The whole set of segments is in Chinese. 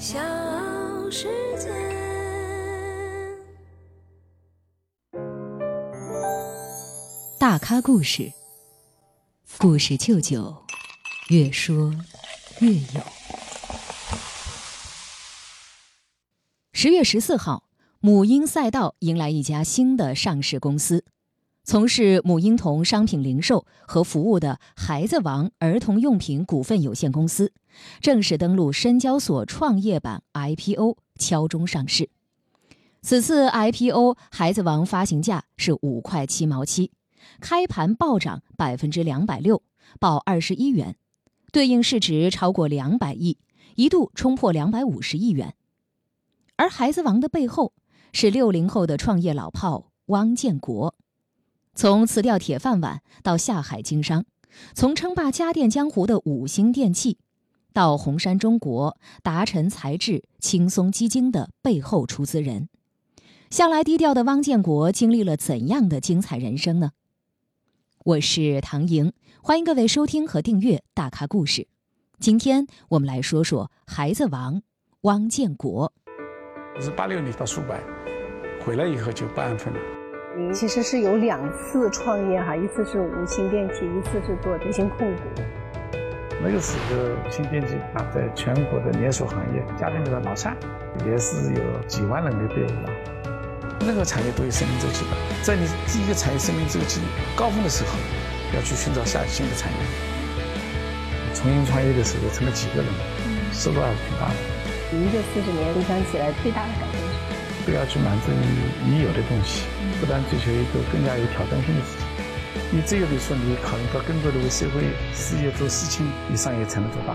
小世界。 大咖故事，故事舅舅，越说越有。10月14号，母婴赛道迎来一家新的上市公司，从事母婴童商品零售和服务的孩子王儿童用品股份有限公司正式登陆深交所创业板 IPO， 敲钟上市。此次 IPO 孩子王发行价是5块7毛7，开盘暴涨206%，报21元，对应市值超过200亿，一度冲破250亿元。而孩子王的背后是60后的创业老炮汪建国。从辞掉铁饭碗到下海经商，从称霸家电江湖的五星电器，到红杉中国、达晨材质、轻松基金的背后出资人，向来低调的汪建国经历了怎样的精彩人生呢？我是唐莹，欢迎各位收听和订阅大咖故事。今天我们来说说孩子王汪建国。 我是86年到苏北，回来以后就不安分了。 其实是有2次创业哈，一次是五星电器，一次是做地形控股。 那个时候五星电器在全国的连锁行业家电的老三，也是有几万人的队伍了。任何产业都有生命周期的，在你第一个产业生命周期高峰的时候，要去寻找下一新的产业。从营创业的时候成了几个人，收入还是挺大的。 您这40年回想起来最大的改变是什么？ 不要去满足你有的东西，不断追求一个更加有挑战性的自己。你只有的说你考虑到更多的为社会事业做事情，你商业才能做大。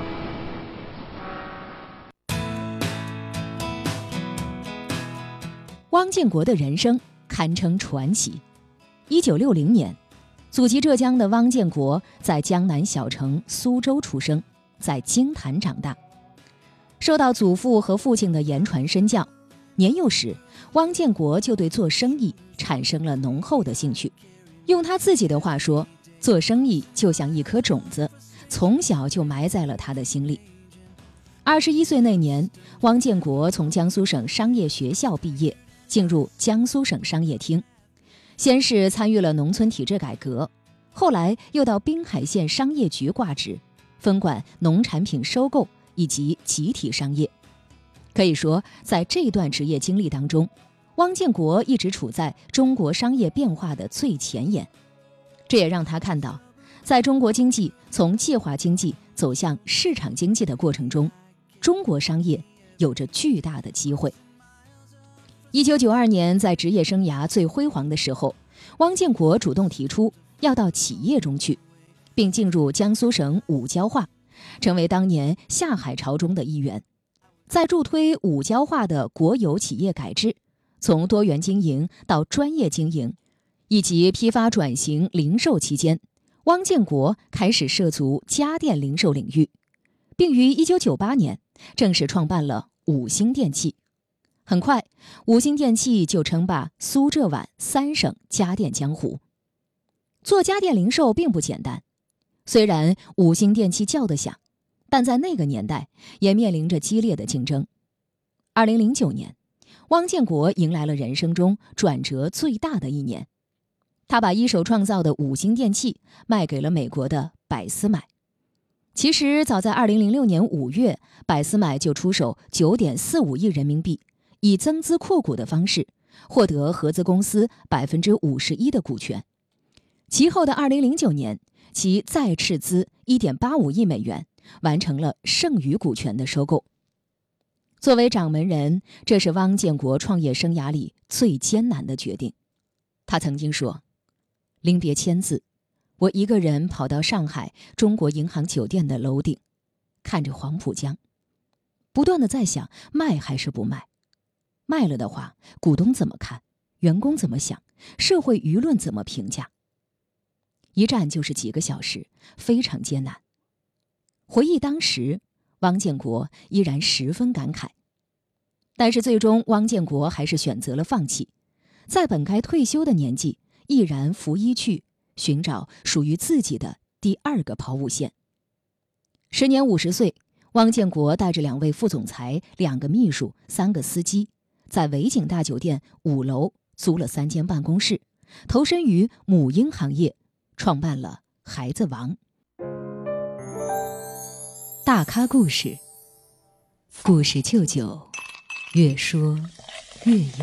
汪建国的人生堪称传奇。1960年，祖籍浙江的汪建国在江南小城苏州出生，在京坛长大。受到祖父和父亲的言传身教，年幼时汪建国就对做生意产生了浓厚的兴趣。用他自己的话说，做生意就像一颗种子，从小就埋在了他的心里。21岁那年，汪建国从江苏省商业学校毕业，进入江苏省商业厅，先是参与了农村体制改革，后来又到滨海县商业局挂职，分管农产品收购以及集体商业。可以说，在这段职业经历当中，汪建国一直处在中国商业变化的最前沿。这也让他看到，在中国经济从计划经济走向市场经济的过程中，中国商业有着巨大的机会。1992年，在职业生涯最辉煌的时候，汪建国主动提出要到企业中去，并进入江苏省五交化，成为当年下海潮中的一员。在助推五交化的国有企业改制，从多元经营到专业经营，以及批发转型零售期间，汪建国开始涉足家电零售领域，并于1998年正式创办了五星电器。很快，五星电器就称霸苏浙皖3省家电江湖。做家电零售并不简单，虽然五星电器叫得响，但在那个年代也面临着激烈的竞争。2009年，汪建国迎来了人生中转折最大的一年。他把一手创造的五星电器卖给了美国的百思买。其实早在2006年5月，百思买就出手9.45亿人民币，以增资扩股的方式获得合资公司51%的股权。其后的2009年，其再斥资1.85亿美元，完成了剩余股权的收购。作为掌门人，这是汪建国创业生涯里最艰难的决定。他曾经说，临别签字，我一个人跑到上海中国银行酒店的楼顶，看着黄浦江，不断地在想，卖还是不卖？卖了的话，股东怎么看？员工怎么想？社会舆论怎么评价？一站就是几个小时，非常艰难。回忆当时，汪建国依然十分感慨。但是最终，汪建国还是选择了放弃，在本该退休的年纪，毅然拂衣去，寻找属于自己的第2个抛物线。时年50岁， 汪建国带着2位副总裁、2个秘书、3个司机，在维景大酒店5楼租了3间办公室，投身于母婴行业，创办了孩子王。大咖故事，故事舅舅，越说越有。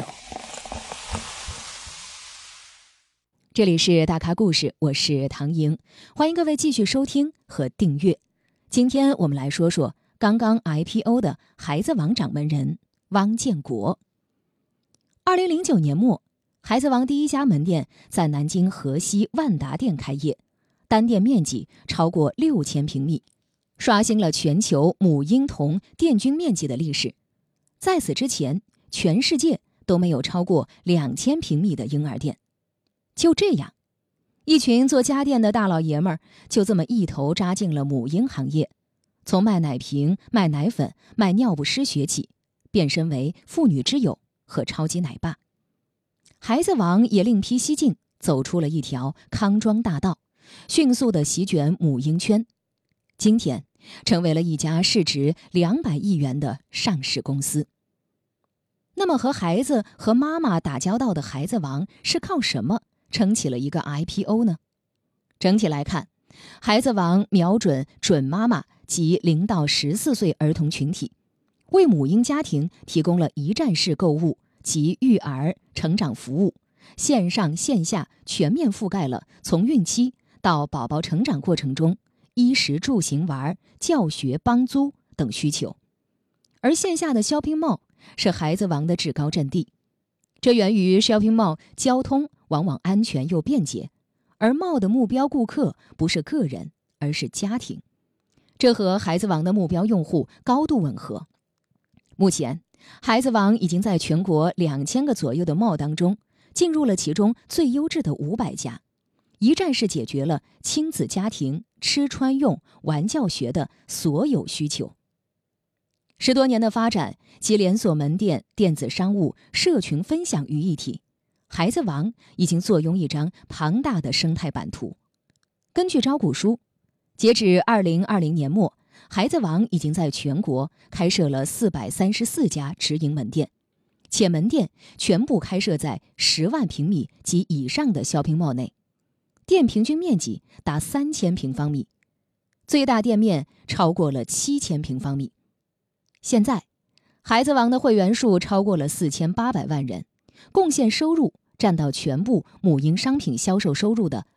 这里是大咖故事，我是唐莹，欢迎各位继续收听和订阅。今天我们来说说刚刚 IPO 的孩子王掌门人汪建国。2009年末，孩子王第一家门店在南京河西万达店开业，单店面积超过6000平米，刷新了全球母婴童店均面积的历史。在此之前，全世界都没有超过2000平米的婴儿店。就这样，一群做家电的大老爷们儿就这么一头扎进了母婴行业，从卖奶瓶、卖奶粉、卖尿不湿学起，变身为妇女之友和超级奶爸。孩子王也另辟蹊径，走出了一条康庄大道，迅速地席卷母婴圈，今天成为了一家市值200亿元的上市公司。那么和孩子和妈妈打交道的孩子王是靠什么撑起了一个 IPO 呢？整体来看，孩子王瞄准准妈妈及0到14岁儿童群体，为母婴家庭提供了一站式购物及育儿成长服务，线上线下全面覆盖了从孕期到宝宝成长过程中衣食住行玩、教学帮租等需求。而线下的 Shopping Mall 是孩子王的至高阵地，这源于 Shopping Mall 交通往往安全又便捷，而 Mall 的目标顾客不是个人，而是家庭，这和孩子王的目标用户高度吻合。目前，孩子王已经在全国2000个左右的 Mall 当中进入了其中最优质的500家，一站式解决了亲子家庭吃穿用玩教学的所有需求。10多年的发展及连锁门店、电子商务、社群分享于一体，孩子王已经坐拥一张庞大的生态版图。根据招股书，截止2020年末，孩子王已经在全国开设了434家直营门店，且门店全部开设在10万平米及以上的 Shopping Mall 内，店平均面积达3000平方米，最大店面超过了7000平方米。现在，孩子王的会员数超过了4800万人，贡献收入占到全部母婴商品销售收入的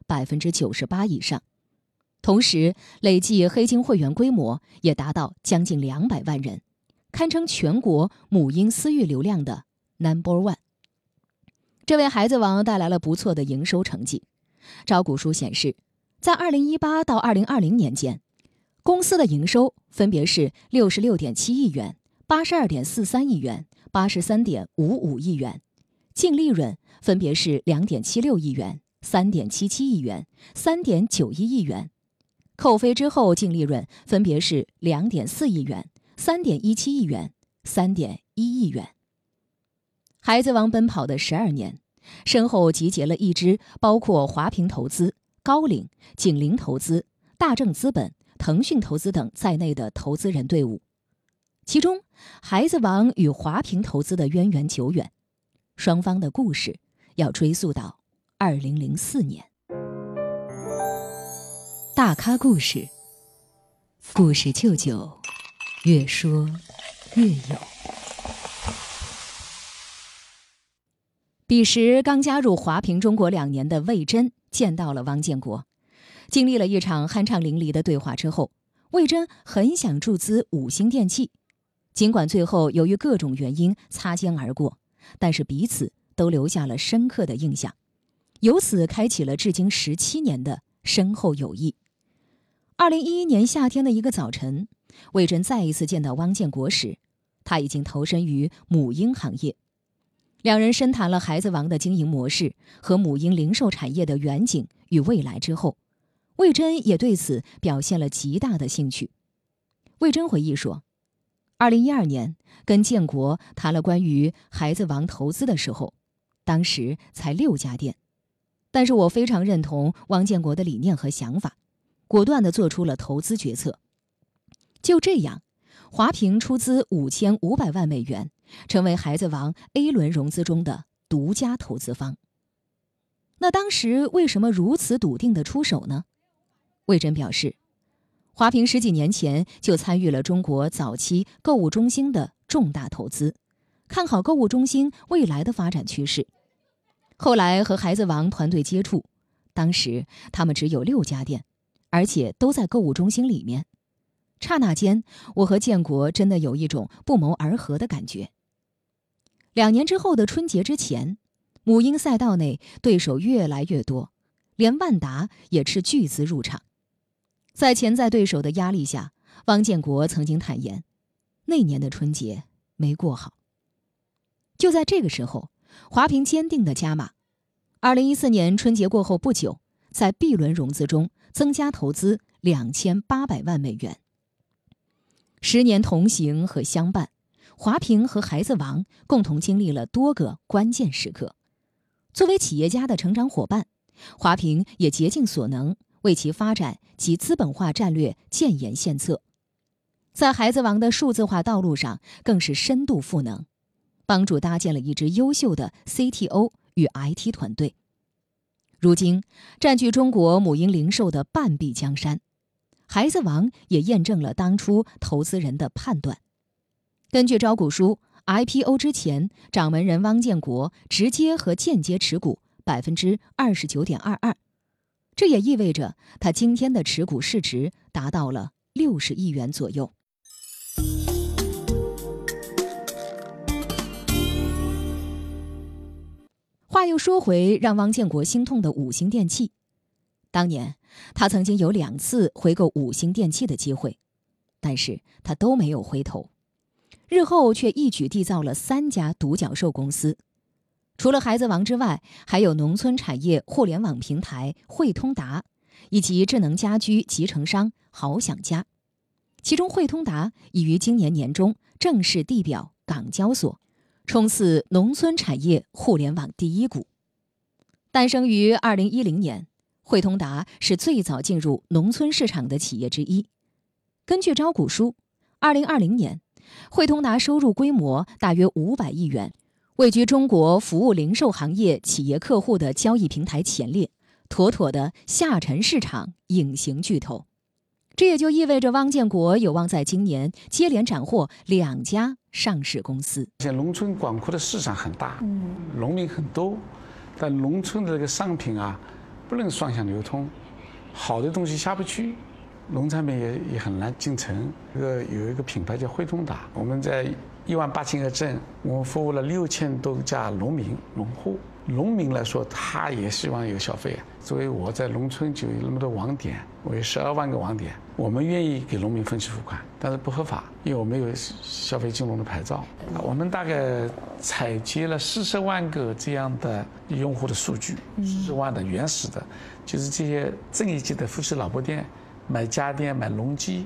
98%以上。同时，累计黑金会员规模也达到将近200万人，堪称全国母婴私域流量的 No.1。这为孩子王带来了不错的营收成绩。招股书显示，在2018到2020年间，公司的营收分别是66.7亿元、82.43亿元、83.55亿元，净利润分别是2.76亿元、3.77亿元、3.91亿元，扣非之后净利润分别是2.4亿元、3.17亿元、3.1亿元。孩子王奔跑的12年，身后集结了一支包括华平投资、高瓴、景林投资、大正资本、腾讯投资等在内的投资人队伍。其中，孩子王与华平投资的渊源久远，双方的故事要追溯到2004年。大咖故事，故事舅舅，越说越有。彼时刚加入华平中国2年的魏征见到了汪建国，经历了一场酣畅淋漓的对话之后，魏征很想注资五星电器，尽管最后由于各种原因擦肩而过，但是彼此都留下了深刻的印象，由此开启了至今17年的深厚友谊。2011年夏天的一个早晨，魏征再一次见到汪建国时，他已经投身于母婴行业。两人深谈了孩子王的经营模式和母婴零售产业的远景与未来之后，魏征也对此表现了极大的兴趣。魏征回忆说，2012年跟建国谈了关于孩子王投资的时候，当时才6家店，但是我非常认同汪建国的理念和想法，果断地做出了投资决策。就这样， 华平出资5500万美元，成为孩子王 A 轮融资中的独家投资方。那当时为什么如此笃定地出手呢？魏征表示，华平10几年前就参与了中国早期购物中心的重大投资，看好购物中心未来的发展趋势。后来和孩子王团队接触，当时他们只有6家店，而且都在购物中心里面。刹那间，我和建国真的有一种不谋而合的感觉。2年之后的春节之前，母婴赛道内对手越来越多，连万达也斥巨资入场。在潜在对手的压力下，汪建国曾经坦言，那年的春节没过好。就在这个时候，华平坚定地加码。2014年春节过后不久，在 B 轮融资中增加投资2800万美元。10年同行和相伴，华平和孩子王共同经历了多个关键时刻。作为企业家的成长伙伴，华平也竭尽所能为其发展及资本化战略建言献策。在孩子王的数字化道路上更是深度赋能，帮助搭建了一支优秀的 CTO 与 IT 团队。如今占据中国母婴零售的半壁江山，孩子王也验证了当初投资人的判断。根据招股书， IPO 之前，掌门人汪建国直接和间接持股 29.22%， 这也意味着他今天的持股市值达到了60亿元左右。话又说回让汪建国心痛的五星电器。当年他曾经有2次回购五星电器的机会，但是他都没有回头，日后却一举缔造了3家独角兽公司。除了孩子王之外，还有农村产业互联网平台汇通达，以及智能家居集成商好享家。其中汇通达已于今年年中正式地表港交所，冲刺农村产业互联网第1股。诞生于2010年，汇通达是最早进入农村市场的企业之一。根据招股书，2020年，汇通达收入规模大约500亿元，位居中国服务零售行业企业客户的交易平台前列，妥妥的下沉市场隐形巨头。这也就意味着汪建国有望在今年接连斩获2家上市公司。 现在农村广阔的市场很大，农民很多，但农村的这个商品啊，不能双向流通，好的东西下不去，农产品也很难进城。有一个品牌叫汇通达，我们在18000个镇，我们服务了6000多家农民、农户。农民来说，他也希望有消费。作为我在农村就有那么多网点，我有12万个网点，我们愿意给农民分期付款，但是不合法，因为我没有消费金融的牌照。我们大概采集了40万个这样的用户的数据，40万的原始的，就是这些正一级的夫妻老婆店买家电、买农机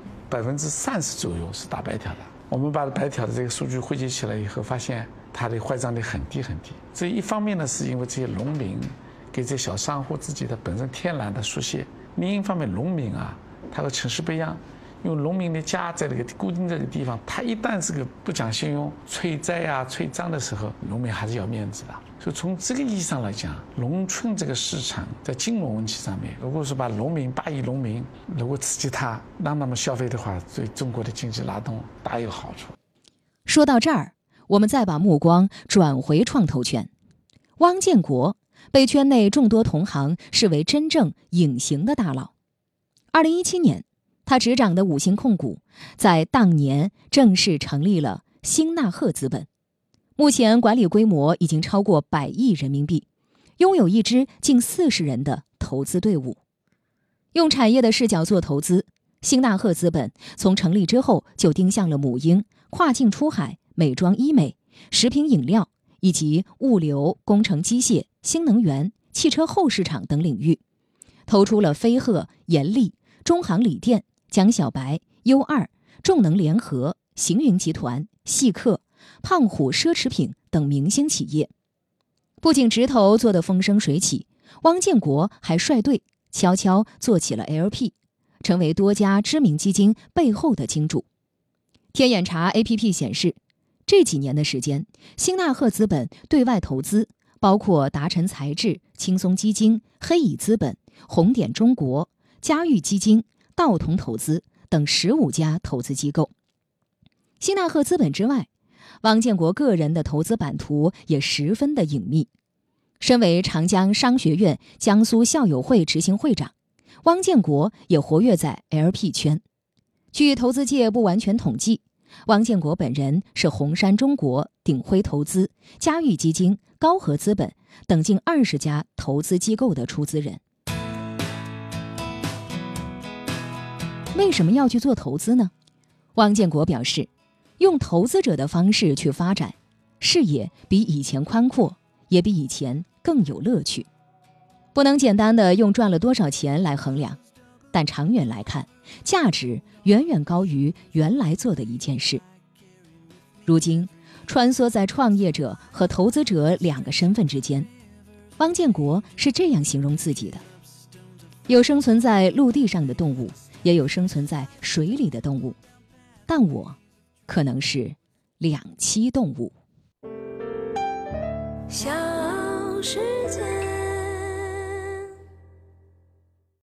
，30%左右是打白条的。我们把白条的这个数据汇集起来以后，发现它的坏账率很低很低。这一方面呢，是因为这些农民给这些小商户自己的本身天然的书写；另一方面，农民啊，他和城市不一样，因为农民的家在这个固定这个地方，他一旦是个不讲信用、催债啊、催账的时候，农民还是要面子的。所以从这个意义上来讲，农村这个市场在金融问题上面，如果是把8亿农民，如果刺激他，让他们消费的话，对中国的经济拉动大有好处。 说到这儿，我们再把目光转回创投圈。汪建国被圈内众多同行视为真正隐形的大佬。2017年，他执掌的五星控股在当年正式成立了星纳赫资本，目前管理规模已经超过100亿人民币，拥有一支近40人的投资队伍。用产业的视角做投资，星纳赫资本从成立之后就盯向了母婴、跨境出海、美妆医美、食品饮料以及物流、工程机械、新能源、汽车后市场等领域，投出了飞鹤、延利、中航锂电、江小白、U2、众能联合、行云集团、细客、胖虎奢侈品等明星企业。不仅直投做得风生水起，汪建国还率队悄悄做起了 LP， 成为多家知名基金背后的金主。 天眼查 APP 显示，这几年的时间，星纳赫资本对外投资包括达晨财智、轻松基金、黑蚁资本、红点中国、嘉裕基金、道同投资等15家投资机构。星纳赫资本之外，汪建国个人的投资版图也十分的隐秘。身为长江商学院江苏校友会执行会长，汪建国也活跃在 LP 圈。据投资界不完全统计，汪建国本人是红杉中国、鼎晖投资、嘉裕基金、高和资本等近20家投资机构的出资人。为什么要去做投资呢？汪建国表示，用投资者的方式去发展，视野比以前宽阔，也比以前更有乐趣。不能简单的用赚了多少钱来衡量，但长远来看，价值远远高于原来做的一件事。如今穿梭在创业者和投资者2个身份之间，汪建国是这样形容自己的：有生存在陆地上的动物，也有生存在水里的动物，但我可能是2栖动物。 小世界。